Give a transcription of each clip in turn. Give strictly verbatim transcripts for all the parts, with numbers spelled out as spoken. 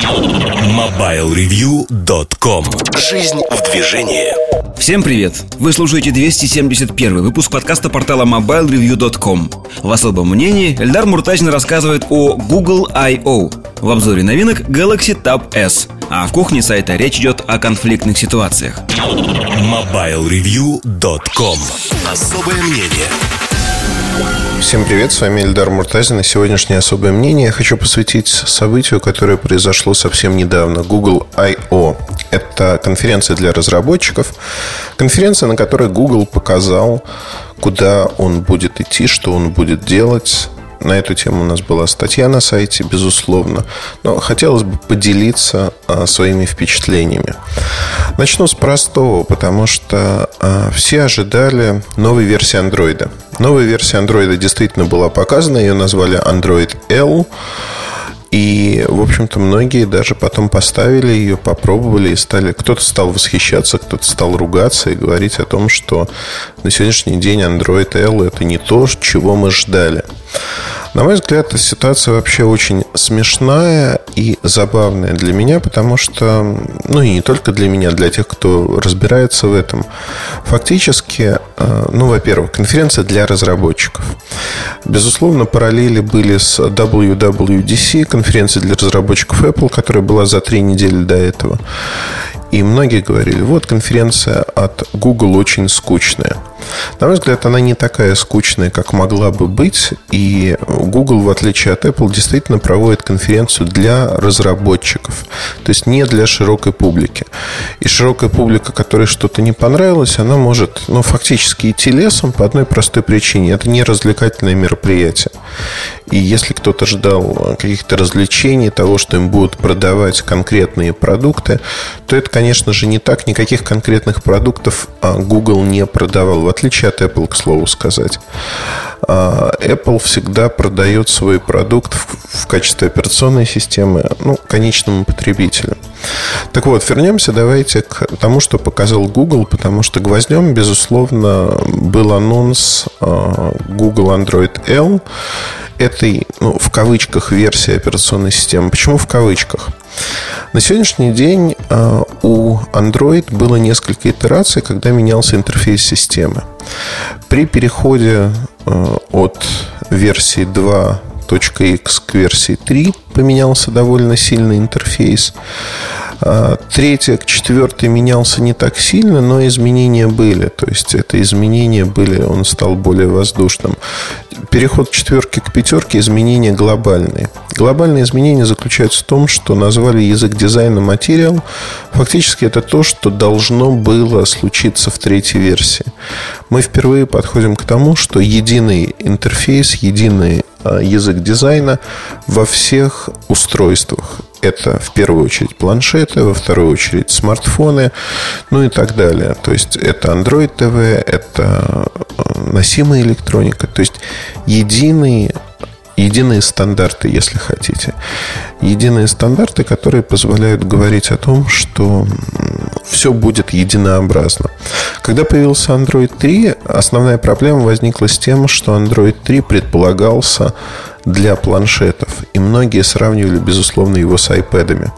мобайл ревью точка ком. Жизнь в движении. Всем привет! Вы слушаете двести семьдесят первый выпуск подкаста портала мобайл ревью точка ком. В особом мнении Эльдар Муртазин рассказывает о Google ай о. В обзоре новинок Galaxy Tab эс. А в кухне сайта речь идет о конфликтных ситуациях. мобайл ревью точка ком. Особое мнение. Всем привет, с вами Эльдар Муртазин. И сегодняшнее особое мнение я хочу посвятить событию, которое произошло совсем недавно. Google ай о. Это конференция для разработчиков. Конференция, на которой Google показал, куда он будет идти, что он будет делать. На эту тему у нас была статья на сайте, безусловно. Но хотелось бы поделиться а, своими впечатлениями. Начну с простого, потому что а, все ожидали новой версии Android. Новая версия Android действительно была показана. Ее назвали Android L. И, в общем-то, многие даже потом поставили ее, попробовали и стали... Кто-то стал восхищаться, кто-то стал ругаться и говорить о том, что на сегодняшний день Android L — это не то, чего мы ждали. На мой взгляд, ситуация вообще очень смешная и забавная для меня, потому что, ну и не только для меня, для тех, кто разбирается в этом. Фактически, ну, во-первых, конференция для разработчиков. Безусловно, параллели были с дабл ю дабл ю ди си, конференцией для разработчиков Apple, которая была за три недели до этого. И многие говорили, вот конференция от Google очень скучная. На мой взгляд, она не такая скучная, как могла бы быть. И Google, в отличие от Apple, действительно проводит конференцию для разработчиков. То есть не для широкой публики. И широкая публика, которой что-то не понравилось, она может, ну, фактически идти лесом по одной простой причине. Это не развлекательное мероприятие. И если кто-то ждал каких-то развлечений, того, что им будут продавать конкретные продукты, то это, конечно же, не так. Никаких конкретных продуктов Google не продавал, в отличие от Apple, к слову сказать. Apple всегда продает свой продукт в качестве операционной системы, ну, конечному потребителю. Так вот, вернемся давайте к тому, что показал Google, потому что гвоздем, безусловно, был анонс Google Android L, этой, ну, в кавычках, версии операционной системы. Почему в кавычках? На сегодняшний день э, у Android было несколько итераций, когда менялся интерфейс системы. При переходе э, от версии два точка икс к версии три поменялся довольно сильный интерфейс. Третья к четвертой менялся не так сильно, но изменения были. То есть это изменения были, он стал более воздушным. Переход четверки к пятерке — изменения глобальные. Глобальные изменения заключаются в том, что назвали язык дизайна Material. Фактически это то, что должно было случиться в третьей версии. Мы впервые подходим к тому, что единый интерфейс, единый язык дизайна во всех устройствах. Это в первую очередь планшеты, во вторую очередь смартфоны, ну и так далее. То есть это Android ти ви, это носимая электроника. То есть единые, единые стандарты, если хотите. Единые стандарты, которые позволяют говорить о том, что все будет единообразно. Когда появился Android три, основная проблема возникла с тем, что Android три предполагался для планшетов. И многие сравнивали, безусловно, его с iPad'ами.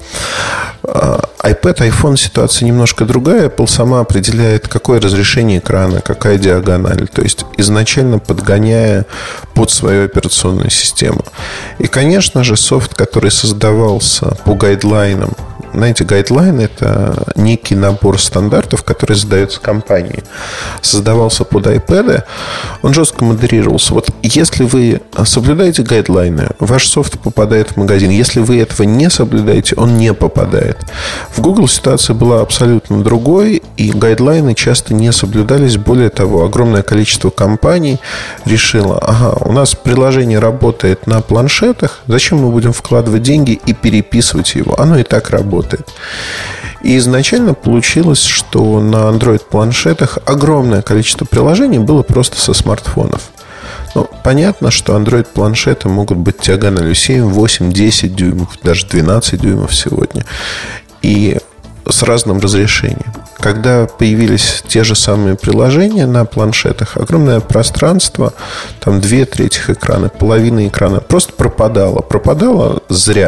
iPad, iPhone — ситуация немножко другая. Apple сама определяет, какое разрешение экрана, какая диагональ. То есть изначально подгоняя под свою операционную систему. И, конечно же, софт, который создавался по гайдлайнам. Знаете, гайдлайн — это некий набор стандартов, которые задаются компанией. Создавался под iPad, он жестко модерировался. Вот если вы соблюдаете гайдлайны, ваш софт попадает в магазин. Если вы этого не соблюдаете, он не попадает. В Google ситуация была абсолютно другой, и гайдлайны часто не соблюдались. Более того, огромное количество компаний решило: ага, у нас приложение работает на планшетах, зачем мы будем вкладывать деньги и переписывать его? Оно и так работает. И изначально получилось, что на Android-планшетах огромное количество приложений было просто со смартфонов. Ну, понятно, что Android-планшеты могут быть диагональю семь, восемь, десять дюймов, даже двенадцать дюймов сегодня. И с разным разрешением. Когда появились те же самые приложения на планшетах, огромное пространство, там две трети экрана, половина экрана просто пропадало. Пропадало зря.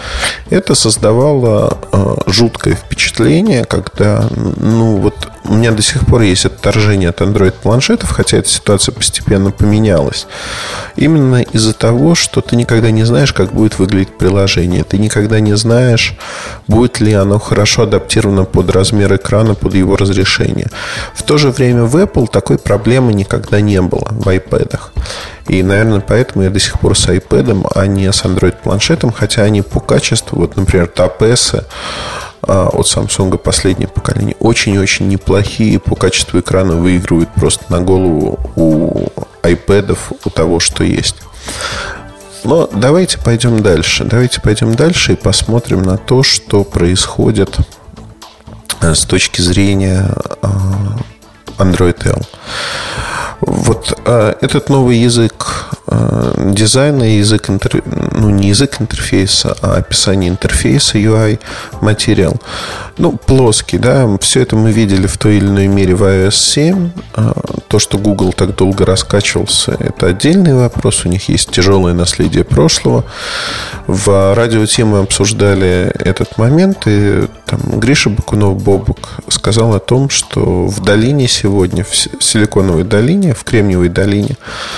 Это создавало э, жуткое впечатление, когда, ну вот, у меня до сих пор есть отторжение от Android-планшетов, хотя эта ситуация постепенно поменялась. Именно из-за того, что ты никогда не знаешь, как будет выглядеть приложение. Ты никогда не знаешь, будет ли оно хорошо адаптировано под размер экрана, под его разрешение. В то же время в Apple такой проблемы никогда не было в iPad'ах. И, наверное, поэтому я до сих пор с iPad'ом, а не с Android-планшетом. Хотя они по качеству, вот, например, Tab S от Samsung последнее поколение, очень-очень неплохие. По качеству экрана выигрывают просто на голову у iPad'ов, у того, что есть. Но давайте пойдем дальше. Давайте пойдем дальше и посмотрим на то, что происходит с точки зрения Android L. Вот э, этот новый язык э, дизайна, язык интер... ну не язык интерфейса, а описание интерфейса ю ай Material. Ну, плоский, да. Все это мы видели в той или иной мере в ай о эс семь. э, То, что Google так долго раскачивался, это отдельный вопрос. У них есть тяжелое наследие прошлого. В радио Ти мы обсуждали этот момент, и там Гриша Бакунов, Бобук, сказал о том, что в долине сегодня, в Силиконовой долине, в Кремниевой долине,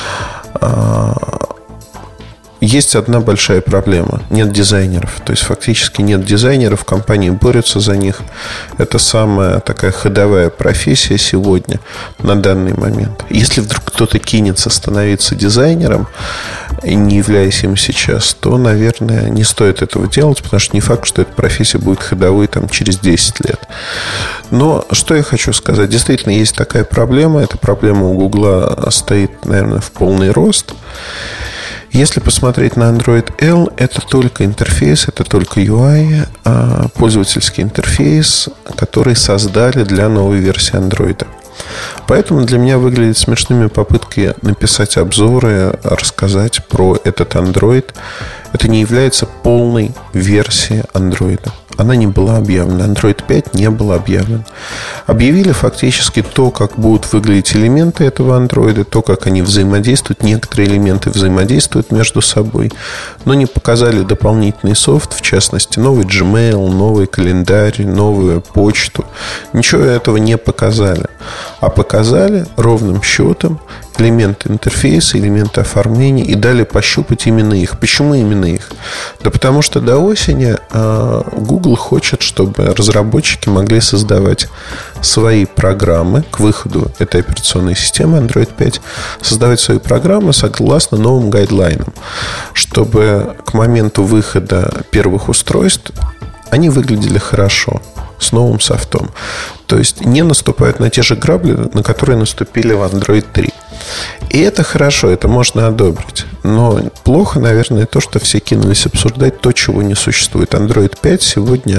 есть одна большая проблема. Нет дизайнеров. То есть фактически нет дизайнеров. Компании борются за них. Это самая такая ходовая профессия сегодня, на данный момент. Если вдруг кто-то кинется становиться дизайнером, не являясь им сейчас, то, наверное, не стоит этого делать, потому что не факт, что эта профессия будет ходовой там, через десять лет. Но что я хочу сказать. Действительно, есть такая проблема. Эта проблема у Гугла стоит, наверное, в полный рост. Если посмотреть на Android L, это только интерфейс, это только ю ай, пользовательский интерфейс, который создали для новой версии Android. Поэтому для меня выглядят смешными попытки написать обзоры, рассказать про этот Android. Это не является полной версией Android. Она не была объявлена. Android пять не был объявлен. Объявили фактически то, как будут выглядеть элементы этого Android, то, как они взаимодействуют. Некоторые элементы взаимодействуют между собой, но не показали дополнительный софт, в частности, новый Gmail, новый календарь, новую почту. Ничего этого не показали. А показали ровным счетом элементы интерфейса, элементы оформления и дали пощупать именно их. Почему именно их? Да потому что до осени э, Google хочет, чтобы разработчики могли создавать свои программы к выходу этой операционной системы Android пять, создавать свои программы согласно новым гайдлайнам, чтобы к моменту выхода первых устройств они выглядели хорошо, с новым софтом. То есть не наступают на те же грабли, на которые наступили в Android три. И это хорошо, это можно одобрить. Но плохо, наверное, то, что все кинулись обсуждать то, чего не существует. Android пять сегодня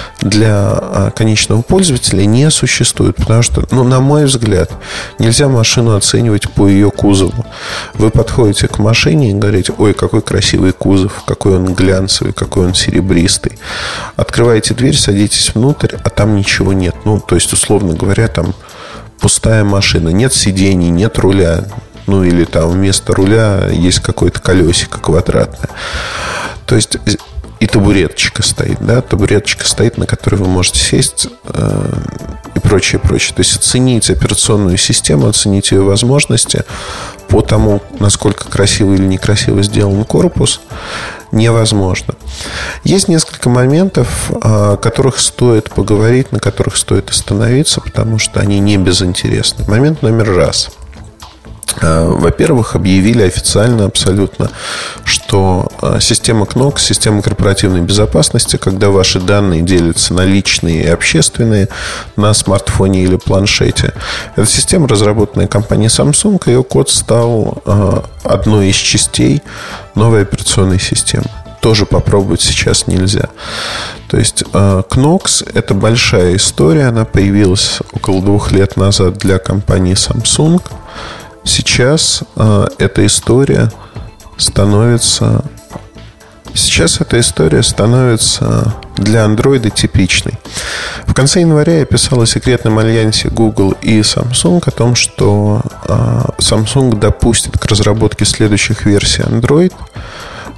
для конечного пользователя не существует. Потому что, ну, на мой взгляд, нельзя машину оценивать по ее кузову. Вы подходите к машине и говорите: ой, какой красивый кузов, какой он глянцевый, какой он серебристый. Открываете дверь, садитесь внутрь, а там ничего нет. Ну, то есть, условно говоря, там пустая машина. Нет сидений, нет руля. Ну, или там вместо руля есть какое-то колесико квадратное. То есть и табуреточка стоит, да, табуреточка стоит, на которой вы можете сесть, э, и прочее, прочее. То есть оценить операционную систему, оценить ее возможности по тому, насколько красиво или некрасиво сделан корпус, невозможно. Есть несколько моментов, о которых стоит поговорить, на которых стоит остановиться, потому что они не безинтересны. Момент номер раз. Во-первых, объявили официально абсолютно, что система кнокс, система корпоративной безопасности, когда ваши данные делятся на личные и общественные на смартфоне или планшете, эта система, разработанная компанией Samsung, ее код стал одной из частей новой операционной системы. Тоже попробовать сейчас нельзя. То есть кнокс — это большая история. Она появилась около двух лет назад для компании Samsung. Сейчас э, эта история становится Сейчас эта история становится для Android типичной. В конце января я писал о секретном альянсе Google и Samsung, о том, что э, Samsung допустит к разработке следующих версий Android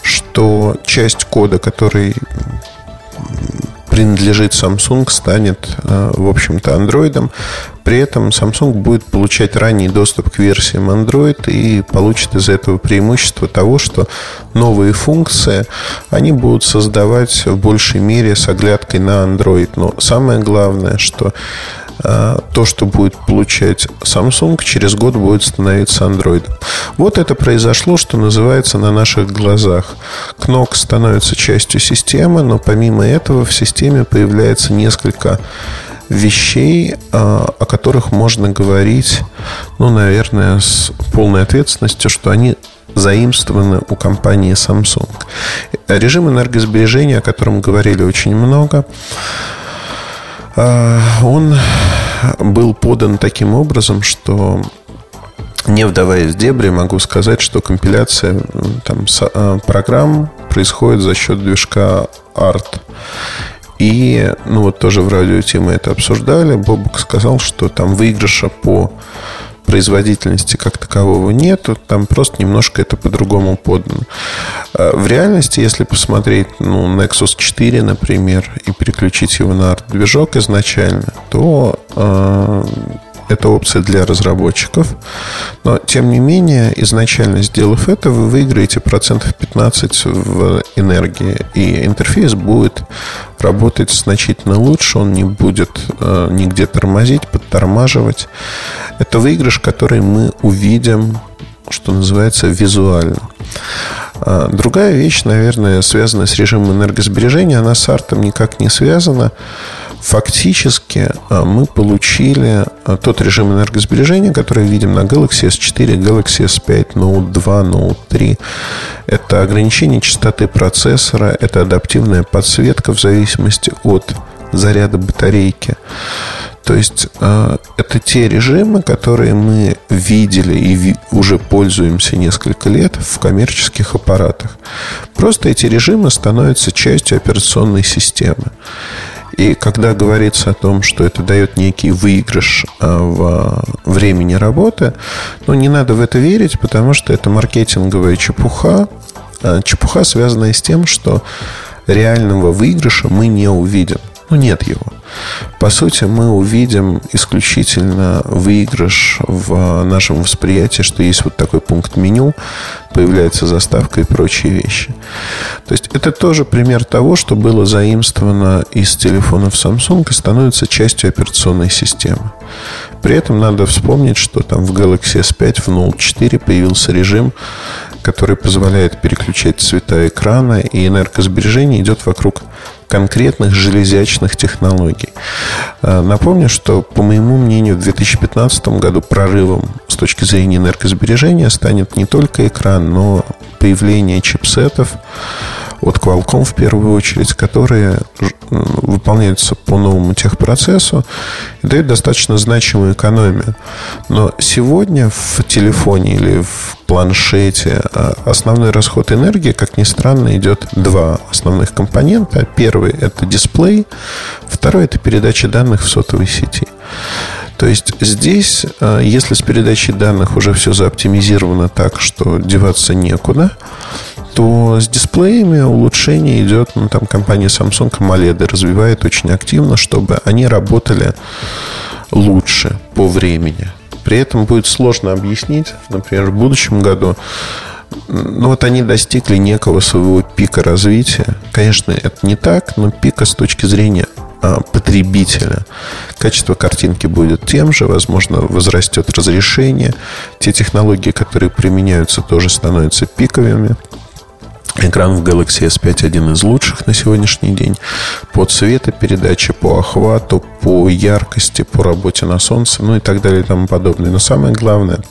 что часть кода, который принадлежит Samsung, станет, в общем-то, Android. При этом Samsung будет получать ранний доступ к версиям Android и получит из этого преимущество того, что новые функции они будут создавать в большей мере с оглядкой на Android. Но самое главное, что то, что будет получать Samsung, через год будет становиться Android. Вот это произошло, что называется, на наших глазах. Knox становится частью системы, но помимо этого в системе появляется несколько вещей, о которых можно говорить, ну, наверное, с полной ответственностью, что они заимствованы у компании Samsung. Режим энергосбережения, о котором говорили очень много, он был подан таким образом, что, не вдаваясь в дебри, могу сказать, что компиляция там, программ происходит за счет движка арт. И, ну вот тоже в радио Ти мы это обсуждали. Бобук сказал, что там выигрыша по производительности как такового нету, там просто немножко это по-другому подано. В реальности, если посмотреть, ну, Nexus четыре, например, и переключить его на арт-движок изначально, то э, это опция для разработчиков. Но, тем не менее, изначально сделав это, вы выиграете процентов пятнадцать в энергии. И интерфейс будет работать значительно лучше. Он не будет э, нигде тормозить, подтормаживать. Это выигрыш, который мы увидим, что называется, визуально. А другая вещь, наверное, связанная с режимом энергосбережения. Она с артом никак не связана. Фактически мы получили тот режим энергосбережения, который видим на Galaxy эс четыре, Galaxy эс пять, Note два, Note три. Это ограничение частоты процессора, это адаптивная подсветка в зависимости от заряда батарейки. То есть это те режимы, которые мы видели и уже пользуемся несколько лет в коммерческих аппаратах. Просто эти режимы становятся частью операционной системы. И когда говорится о том, что это дает некий выигрыш в времени работы, ну, не надо в это верить, потому что это маркетинговая чепуха. Чепуха, связанная с тем, что реального выигрыша мы не увидим. Ну, нет его. По сути, мы увидим исключительно выигрыш в нашем восприятии, что есть вот такой пункт меню, появляется заставка и прочие вещи. То есть это тоже пример того, что было заимствовано из телефонов Samsung и становится частью операционной системы. При этом надо вспомнить, что там в Galaxy эс пять, в Note четыре появился режим, который позволяет переключать цвета экрана, и энергосбережение идет вокруг конкретных железячных технологий. Напомню, что, по моему мнению, в две тысячи пятнадцатом году прорывом с точки зрения энергосбережения станет не только экран, но появление чипсетов от Qualcomm в первую очередь, которые выполняются по новому техпроцессу и дают достаточно значимую экономию. Но сегодня в телефоне или в планшете основной расход энергии, как ни странно, идет два основных компонента. Первый – это дисплей, второй – это передача данных в сотовой сети. То есть здесь, если с передачей данных уже все заоптимизировано так, что деваться некуда, то с дисплеями улучшение идет. Ну, там компания Samsung AMOLED развивает очень активно, чтобы они работали лучше по времени. При этом будет сложно объяснить, например, в будущем году, ну вот они достигли некого своего пика развития. Конечно, это не так, но пика с точки зрения а, потребителя. Качество картинки будет тем же, возможно, возрастет разрешение. Те технологии, которые применяются, тоже становятся пиковыми. Экран в Galaxy эс пять один из лучших на сегодняшний день по цветопередаче, по охвату, по яркости, по работе на солнце, ну и так далее и тому подобное. Но самое главное,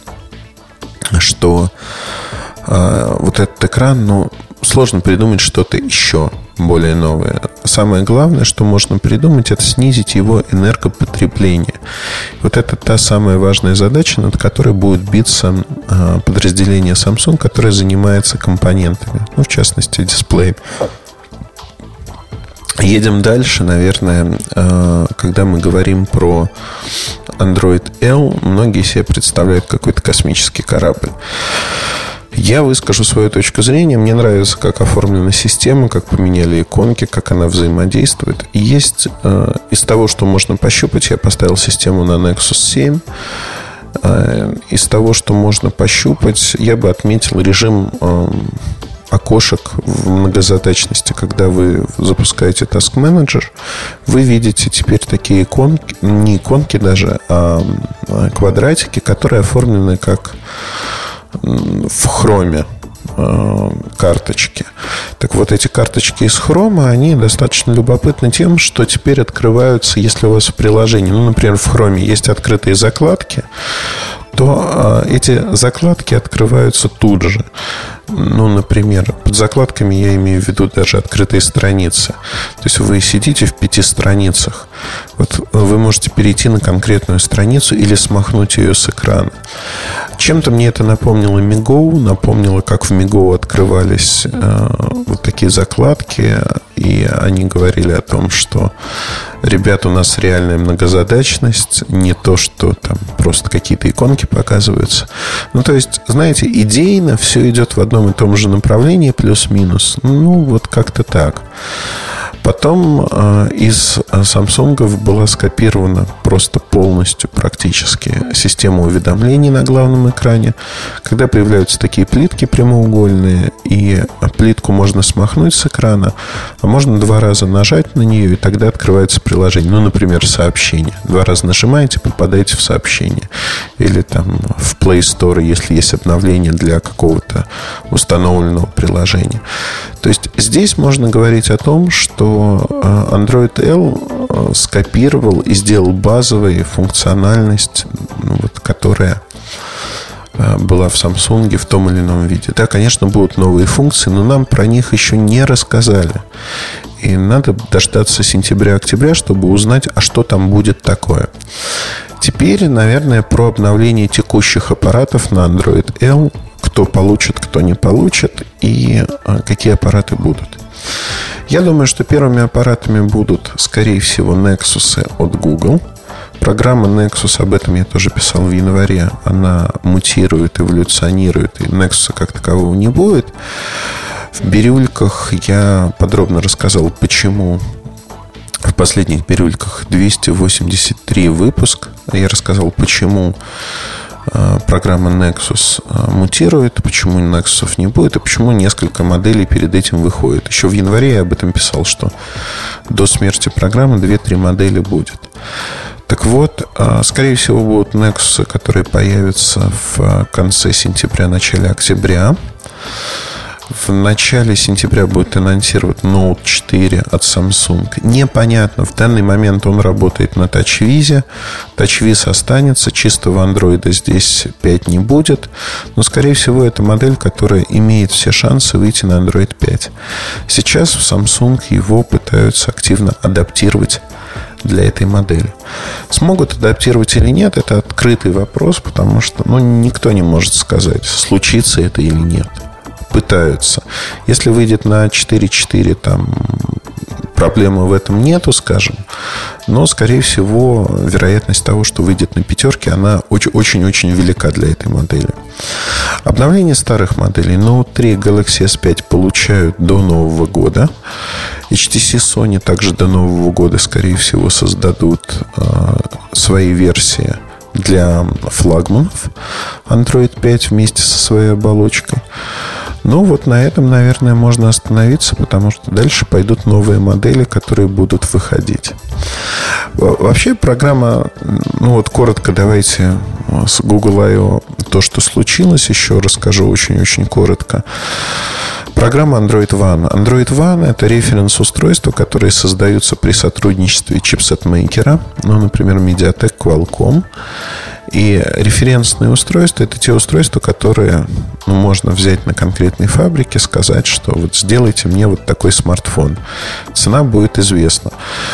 что э, вот этот экран, ну, сложно придумать что-то еще более новое. Самое главное, что можно придумать, это снизить его энергопотребление. Вот это та самая важная задача, над которой будет биться э, подразделение Samsung, которое занимается компонентами, ну, в частности, дисплеем. Едем дальше, наверное, э, когда мы говорим про Android L, многие себе представляют какой-то космический корабль. Я выскажу свою точку зрения. Мне нравится, как оформлена система, как поменяли иконки, как она взаимодействует. И есть э, из того, что можно пощупать, я поставил систему на Nexus семь. Э, из того, что можно пощупать, я бы отметил режим э, окошек в многозадачности. Когда вы запускаете Task Manager, вы видите теперь такие иконки, не иконки даже, а квадратики, которые оформлены как в хроме э, карточки. Так вот, эти карточки из хрома, они достаточно любопытны тем, что теперь открываются, если у вас в приложении, ну, например, в хроме есть открытые закладки, то э, эти закладки открываются тут же. Ну, например, под закладками я имею в виду даже открытые страницы. То есть вы сидите в пяти страницах. Вот вы можете перейти на конкретную страницу или смахнуть ее с экрана. Чем-то мне это напомнило Миго, напомнило, как в Миго открывались э, вот такие закладки, и они говорили о том, что, ребят, у нас реальная многозадачность, не то, что там просто какие-то иконки показываются. Ну, то есть, знаете, идейно все идет в одном и том же направлении, плюс-минус. Ну, вот как-то так. Потом э, из Samsung была скопирована просто полностью практически система уведомлений на главном экране. Когда появляются такие плитки прямоугольные, и плитку можно смахнуть с экрана, а можно два раза нажать на нее, и тогда открывается приложение. Ну, например, сообщение. Два раза нажимаете, попадаете в сообщение. Или там в Play Store, если есть обновление для какого-то установленного приложения. То есть здесь можно говорить о том, что Android L скопировал и сделал базовую функциональность, ну, вот, которая была в Samsung в том или ином виде. Да, конечно, будут новые функции, но нам про них еще не рассказали. И надо дождаться сентября-октября, чтобы узнать, а что там будет такое. Теперь, наверное, про обновление текущих аппаратов на Android L. Кто получит, кто не получит, и какие аппараты будут. Я думаю, что первыми аппаратами будут, скорее всего, Nexus от Google. Программа Nexus, об этом я тоже писал в январе, она мутирует, эволюционирует, и Nexus как такового не будет. В бирюльках я подробно рассказал, почему. В последних бирюльках двести восемьдесят три выпуск. Я рассказал, почему программа Nexus мутирует, почему Nexus не будет, и почему несколько моделей перед этим выходит. Еще в январе я об этом писал, что до смерти программы две-три модели будет. Так вот, скорее всего, будут Nexus, которые появятся в конце сентября, начале октября. В начале сентября будет анонсировать Note четыре от Samsung. Непонятно, в данный момент он работает на TouchWiz. TouchWiz останется, чистого Android здесь пять не будет. Но, скорее всего, это модель, которая имеет все шансы выйти на Android пять. Сейчас в Samsung его пытаются активно адаптировать для этой модели. Смогут адаптировать или нет, это открытый вопрос, потому что, ну, никто не может сказать, случится это или нет. Пытаются. Если выйдет на четыре четыре, там проблемы в этом нету, скажем. Но, скорее всего, вероятность того, что выйдет на пятерке, она очень-очень велика для этой модели. Обновление старых моделей. Note три, Galaxy эс пять получают до Нового года. эйч ти си Sony также до Нового года, скорее всего, создадут э, свои версии для флагманов Android пять вместе со своей оболочкой. Ну, вот на этом, наверное, можно остановиться, потому что дальше пойдут новые модели, которые будут выходить. Вообще программа, ну вот коротко давайте с Google ай о то, что случилось, еще расскажу очень-очень коротко. Программа Android One. Android One – это референс-устройства, которые создаются при сотрудничестве чипсет-мейкера, ну, например, Mediatek, Qualcomm. И референсные устройства – это те устройства, которые, ну, можно взять на конкретной фабрике, сказать, что вот сделайте мне вот такой смартфон. Цена будет известна.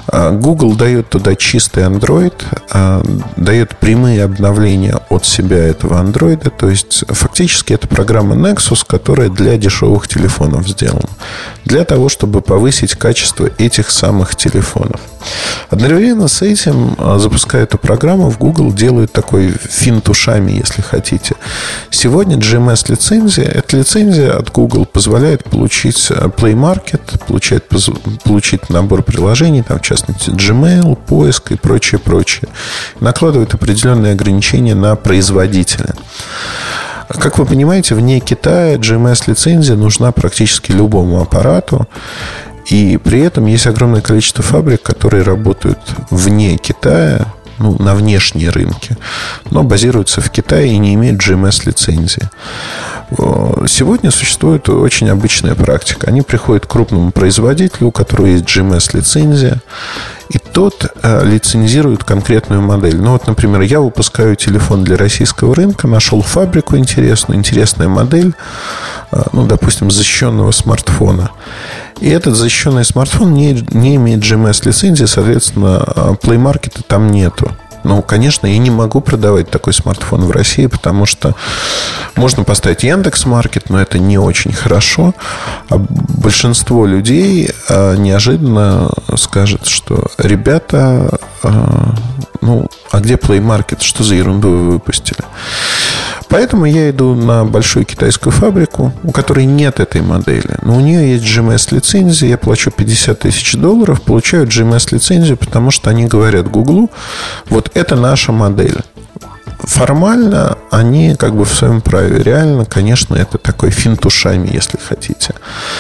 Google дает туда чистый Android, дает прямые обновления от себя этого Android. То есть, фактически, это программа Nexus, которая для дешевых телефонов сделана. Для того, чтобы повысить качество этих самых телефонов. Одновременно с этим, запуская эту программу, в Google делают такой финт ушами, если хотите. Сегодня джи эм эс-лицензия, эта лицензия от Google позволяет получить Play Market, получает, получить набор приложений, там, в частности, Gmail, поиск и прочее, прочее. Накладывает определенные ограничения на производителя. Как вы понимаете, вне Китая джи эм эс-лицензия нужна практически любому аппарату. И при этом есть огромное количество фабрик, которые работают вне Китая, ну, на внешние рынки, но базируются в Китае и не имеют джи эм эс-лицензии. Сегодня существует очень обычная практика. Они приходят к крупному производителю, у которого есть джи эм эс-лицензия, и тот э, лицензирует конкретную модель. Ну вот, например, я выпускаю телефон для российского рынка, нашел фабрику интересную, интересная модель, э, ну, допустим, защищенного смартфона. И этот защищенный смартфон не, не имеет джи эм эс-лицензии, соответственно, Play Market там нету. Ну, конечно, я не могу продавать такой смартфон в России, потому что можно поставить Яндекс.Маркет, но это не очень хорошо. А большинство людей а, неожиданно скажет, что ребята, а, ну, а где Play Market? Что за ерунду вы выпустили? Поэтому я иду на большую китайскую фабрику, у которой нет этой модели, но у нее есть джи эм эс-лицензия. Я плачу пятьдесят тысяч долларов, получаю джи эм эс-лицензию, потому что они говорят Гуглу: вот это наша модель. Формально они как бы в своем праве. Реально, конечно, это такой финт ушами, если хотите.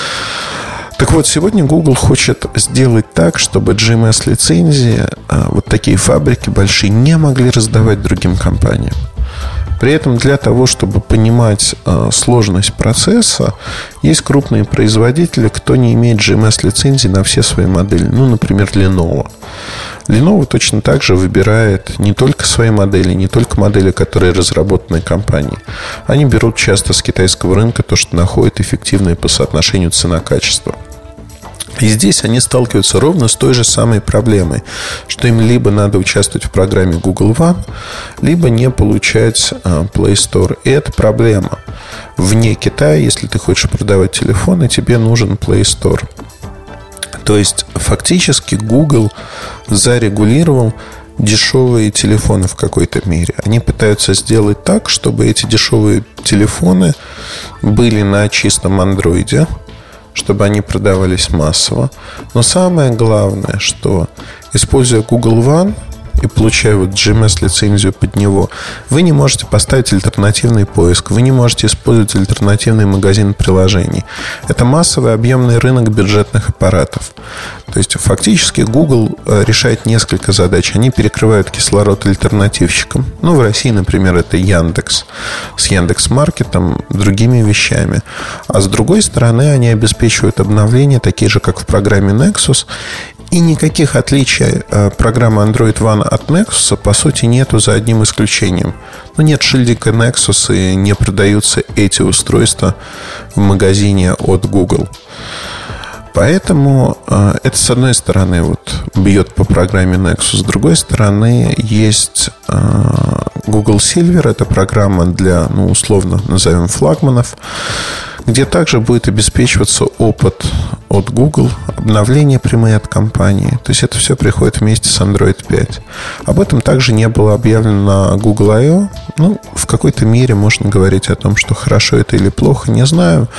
Так вот, сегодня Google хочет сделать так, чтобы джи эм эс-лицензии, вот такие фабрики большие, не могли раздавать другим компаниям. При этом для того, чтобы понимать э, сложность процесса, есть крупные производители, кто не имеет джи эм эс-лицензии на все свои модели. Ну, например, Lenovo. Lenovo точно так же выбирает не только свои модели, не только модели, которые разработаны компанией. Они берут часто с китайского рынка то, что находит эффективное по соотношению цена-качество. И здесь они сталкиваются ровно с той же самой проблемой, что им либо надо участвовать в программе Google One, либо не получать Play Store. И это проблема. Вне Китая, если ты хочешь продавать телефоны, тебе нужен Play Store. То есть, фактически, Google зарегулировал дешевые телефоны в какой-то мере. Они пытаются сделать так, чтобы эти дешевые телефоны были на чистом андроиде, чтобы они продавались массово. Но самое главное, что, используя Google One и получая вот джи эм эс-лицензию под него, вы не можете поставить альтернативный поиск, вы не можете использовать альтернативный магазин приложений. Это массовый объемный рынок бюджетных аппаратов. То есть, фактически, Google решает несколько задач. Они перекрывают кислород альтернативщикам. Ну, в России, например, это Яндекс с Яндекс.Маркетом, другими вещами. А с другой стороны, они обеспечивают обновления, такие же, как в программе Nexus. И никаких отличий программы Android One от Nexus, по сути, нету, за одним исключением. Ну, нет шильдика Nexus, и не продаются эти устройства в магазине от Google. Поэтому это, с одной стороны, вот, бьет по программе Nexus. С другой стороны, есть Google Silver. Это программа для, ну, условно назовем, флагманов, где также будет обеспечиваться опыт от Google, обновления прямые от компании. То есть это все приходит вместе с Android пять. Об этом также не было объявлено на Google ай о. Ну, в какой-то мере можно говорить о том, что хорошо это или плохо, не знаю.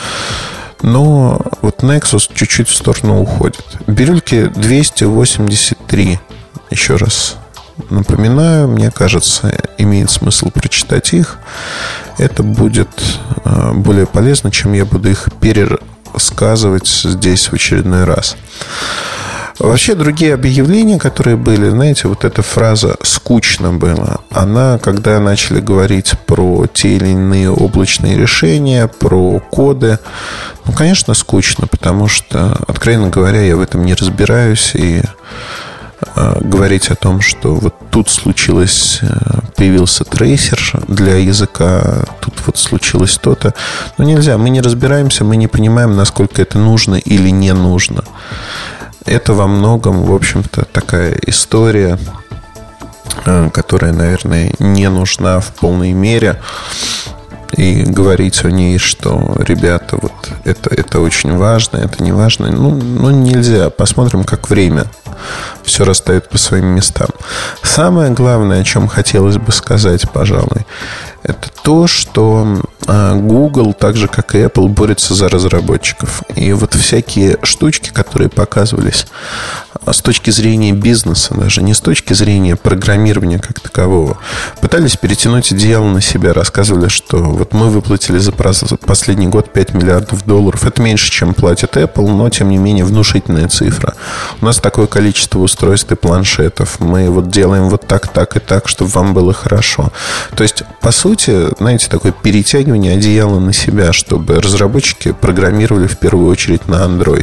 Но вот Nexus чуть-чуть в сторону уходит. Бирюльки двести восемьдесят три. Еще раз напоминаю, мне кажется, имеет смысл прочитать их. Это будет более полезно, чем я буду их пересказывать здесь в очередной раз. Вообще, другие объявления, которые были, знаете, вот эта фраза «скучно было», она, когда начали говорить про те или иные облачные решения, про коды, ну, конечно, скучно, потому что, откровенно говоря, я в этом не разбираюсь. И э, говорить о том, что вот тут случилось, э, появился трейсер для языка, тут вот случилось то-то, ну, нельзя, мы не разбираемся, мы не понимаем, насколько это нужно или не нужно. это во многом, в общем-то, такая история, которая, наверное, не нужна в полной мере. И говорить о ней, что, ребята, вот это, это очень важно, это не важно, ну, ну, нельзя. Посмотрим, как время все расставит по своим местам. Самое главное, о чем хотелось бы сказать, пожалуй, это то, что Google, так же как и Apple, борется за разработчиков. И вот всякие штучки, которые показывались с точки зрения бизнеса, даже не с точки зрения программирования как такового, пытались перетянуть одеяло на себя. Рассказывали, что вот мы выплатили за последний год пять миллиардов долларов. Это меньше, чем платит Apple, но тем не менее внушительная цифра. У нас такое количество устройств и планшетов. Мы вот делаем вот так, так и так, чтобы вам было хорошо. То есть, по сути, знаете, такое перетягивание одеяла на себя, чтобы разработчики программировали в первую очередь на Android.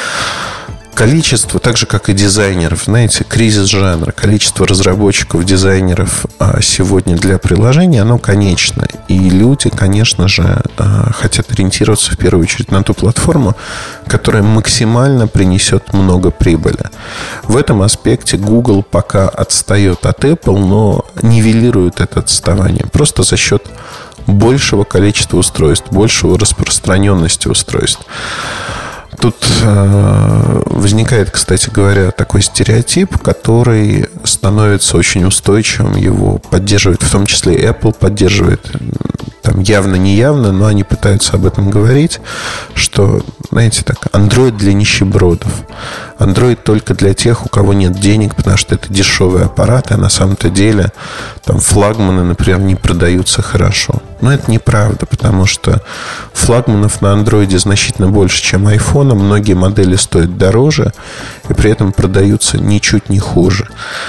Количество, так же как и дизайнеров, знаете, кризис жанра, количество разработчиков, дизайнеров сегодня для приложений, оно конечно. И люди, конечно же, хотят ориентироваться в первую очередь на ту платформу, которая максимально принесет много прибыли. В этом аспекте Google пока отстает от Apple, но нивелирует это отставание просто за счет большего количества устройств, большего распространенности устройств. Тут э, возникает, кстати говоря, такой стереотип, который становится очень устойчивым. Его поддерживает, в том числе и Apple поддерживает, там явно-неявно, но они пытаются об этом говорить, что, знаете, так, Android для нищебродов. Android только для тех, у кого нет денег, потому что это дешевые аппараты, а на самом-то деле там флагманы, например, не продаются хорошо. Но это неправда, потому что флагманов на Android значительно больше, чем iPhone. Многие модели стоят дороже и при этом продаются ничуть не хуже.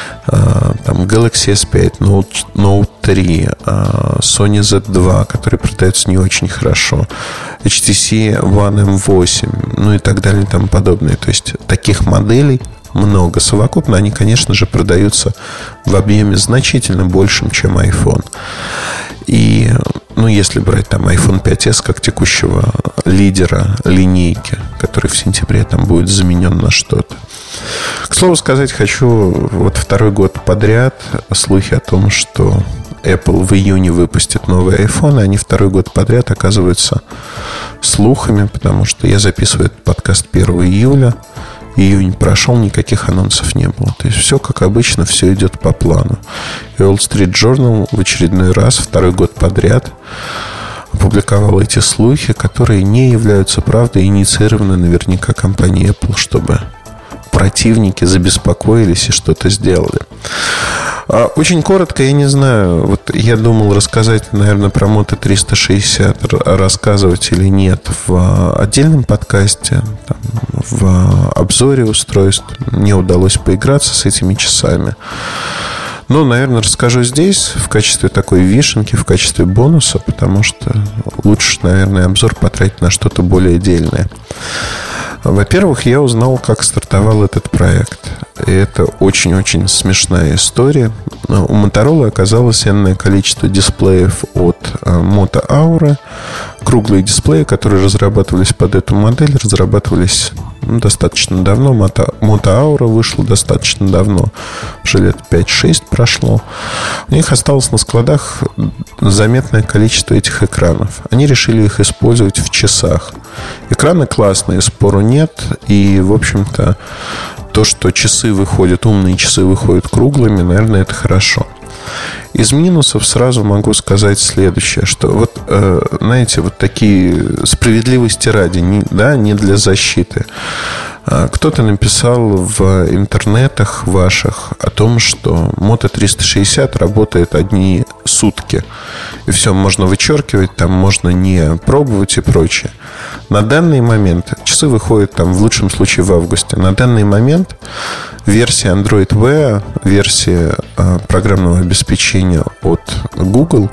Там Galaxy эс пять, Note, Note три, Sony зет два, которые продаются не очень хорошо, эйч ти си One эм восемь, ну и так далее и тому подобное. То есть таких моделей много. Совокупно они, конечно же, продаются в объеме значительно большим, чем iPhone. И, ну, если брать там iPhone пять эс как текущего лидера линейки, который в сентябре там будет заменен на что-то. К слову сказать, хочу вот второй год подряд слухи о том, что Apple в июне выпустит новый iPhone, они второй год подряд оказываются слухами, потому что я записываю этот подкаст первого июля. Июнь прошел, никаких анонсов не было. То есть все как обычно, все идет по плану. И Wall Street Journal в очередной раз, второй год подряд, опубликовал эти слухи, которые не являются правдой, инициированы наверняка компанией Apple, чтобы противники забеспокоились и что-то сделали. Очень коротко, я не знаю, вот я думал рассказать, наверное, про Moto триста шестьдесят, рассказывать или нет в отдельном подкасте, там, в обзоре устройств. Мне удалось поиграться с этими часами. Но, наверное, расскажу здесь в качестве такой вишенки, в качестве бонуса, потому что лучше, наверное, обзор потратить на что-то более дельное. Во-первых, я узнал, как стартовал этот проект. И это очень-очень смешная история. У Motorola оказалось энное количество дисплеев от Moto Aura. Круглые дисплеи, которые разрабатывались под эту модель, разрабатывались ну, достаточно давно. Moto, Moto Aura вышла достаточно давно. Уже лет пять-шесть прошло. У них осталось на складах заметное количество этих экранов. Они решили их использовать в часах. Экраны классные, спору нет. И, в общем-то, то, что часы выходят, умные часы выходят круглыми, наверное, это хорошо. Из минусов сразу могу сказать следующее, что вот, э, знаете, вот такие справедливости ради, не, да, не для защиты. Кто-то написал в интернетах ваших о том, что Moto триста шестьдесят работает одни сутки. И все, можно вычеркивать, там можно не пробовать и прочее. На данный момент, часы выходят там в лучшем случае в августе. На данный момент версия Android Wear, версия э, программного обеспечения от Google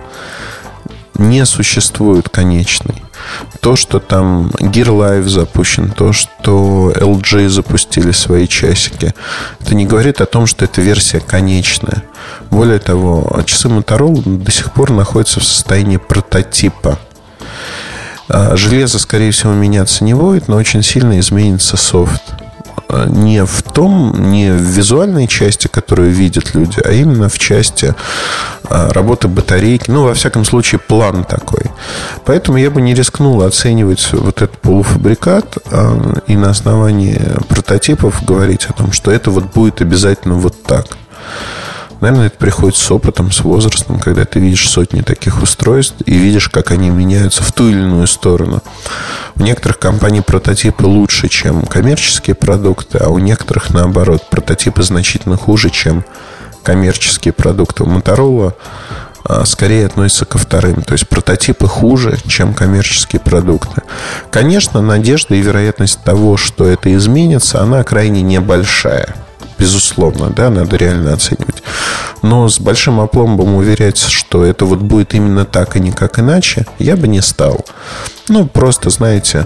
не существует конечной. То, что там Gear Live запущен, то, что эл джи запустили свои часики, это не говорит о том, что эта версия конечная. Более того, часы Motorola до сих пор находятся в состоянии прототипа. Железо, скорее всего, меняться не будет, но очень сильно изменится софт. не в том, не в визуальной части, которую видят люди, а именно в части работы батарейки. Ну, во всяком случае, план такой. Поэтому я бы не рискнул оценивать вот этот полуфабрикат и на основании прототипов говорить о том, что это вот будет обязательно вот так. Наверное, это приходит с опытом, с возрастом, когда ты видишь сотни таких устройств и видишь, как они меняются в ту или иную сторону. У некоторых компаний прототипы лучше, чем коммерческие продукты, а у некоторых, наоборот, прототипы значительно хуже, чем коммерческие продукты. У Motorola скорее относится ко вторым. То есть прототипы хуже, чем коммерческие продукты. Конечно, надежда и вероятность того, что это изменится, она крайне небольшая. Безусловно, да, надо реально оценивать. Но с большим опломбом уверять, что это вот будет именно так и никак иначе, я бы не стал. Ну, просто, знаете,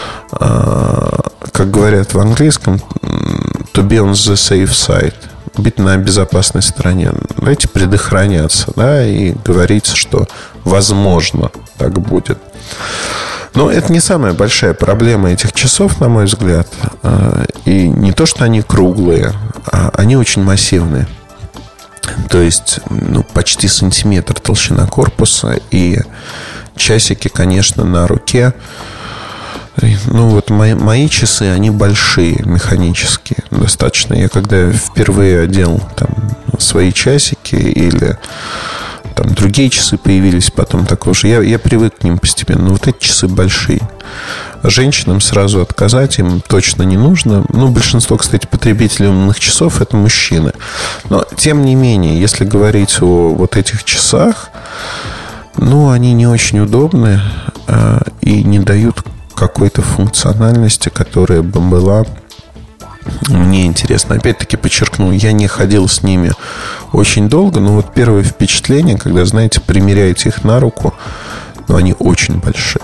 как говорят в английском, to be on the safe side. Быть на безопасной стороне. Давайте предохраняться, да, и говорить, что возможно так будет. Но это не самая большая проблема этих часов, на мой взгляд. И не то, что они круглые, а они очень массивные. То есть, ну, почти сантиметр толщина корпуса. И часики, конечно, на руке. Ну, вот мои, мои часы, они большие, механические достаточно. Я когда впервые одел там свои часики или там другие часы появились потом такого же, я, я привык к ним постепенно. Но вот эти часы большие. Женщинам сразу отказать им точно не нужно. Ну, большинство, кстати, потребителей умных часов — это мужчины. Но, тем не менее, если говорить о вот этих часах, ну, они не очень удобны э, и не дают какой-то функциональности, которая бы была мне интересно. Опять-таки подчеркну, я не ходил с ними очень долго, но вот первое впечатление, когда, знаете, примеряете их на руку, ну, они очень большие.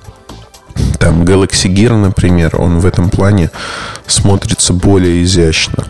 Там Galaxy Gear, например, он в этом плане смотрится более изящно.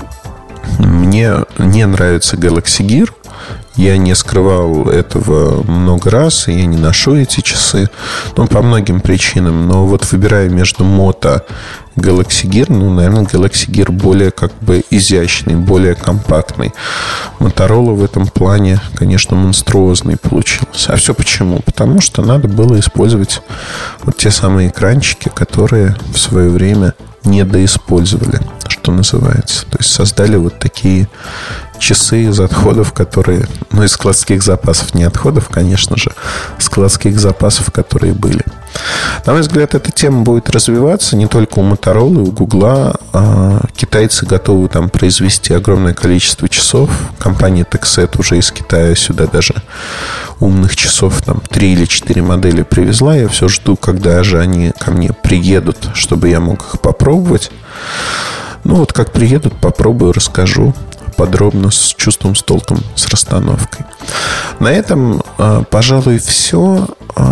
Мне не нравится Galaxy Gear. Я не скрывал этого много раз, и я не ношу эти часы, ну, по многим причинам. Но вот выбирая между Moto и Galaxy Gear, ну, наверное, Galaxy Gear более как бы изящный, более компактный. Motorola в этом плане, конечно, монструозный получился. А все почему? Потому что надо было использовать вот те самые экранчики, которые в свое время недоиспользовали, что называется. То есть создали вот такие часы из отходов, которые, ну, из складских запасов, не отходов, конечно же, складских запасов, которые были. На мой взгляд, эта тема будет развиваться не только у Motorola, у Google. А китайцы готовы там произвести огромное количество часов. Компания Texet уже из Китая сюда даже умных часов там три или четыре модели привезла. Я все жду, когда же они ко мне приедут, чтобы я мог их попробовать. Ну вот как приедут, попробую, расскажу подробно, с чувством, с толком, с расстановкой. На этом, пожалуй, все.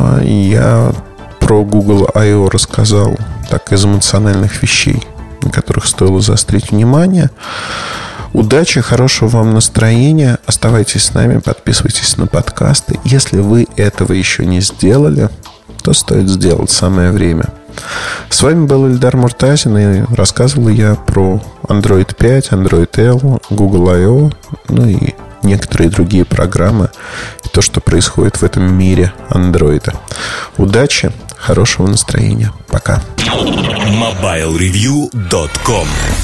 Я про Google ай о рассказал так из эмоциональных вещей, на которых стоило заострить внимание. Удачи, хорошего вам настроения. Оставайтесь с нами, подписывайтесь на подкасты. Если вы этого еще не сделали, то стоит сделать, самое время. С вами был Эльдар Муртазин, и рассказывал я про Android пять, Android L, Google ай о, ну и некоторые другие программы, и то, что происходит в этом мире Android. Удачи, хорошего настроения. Пока. мобайл ревью точка ком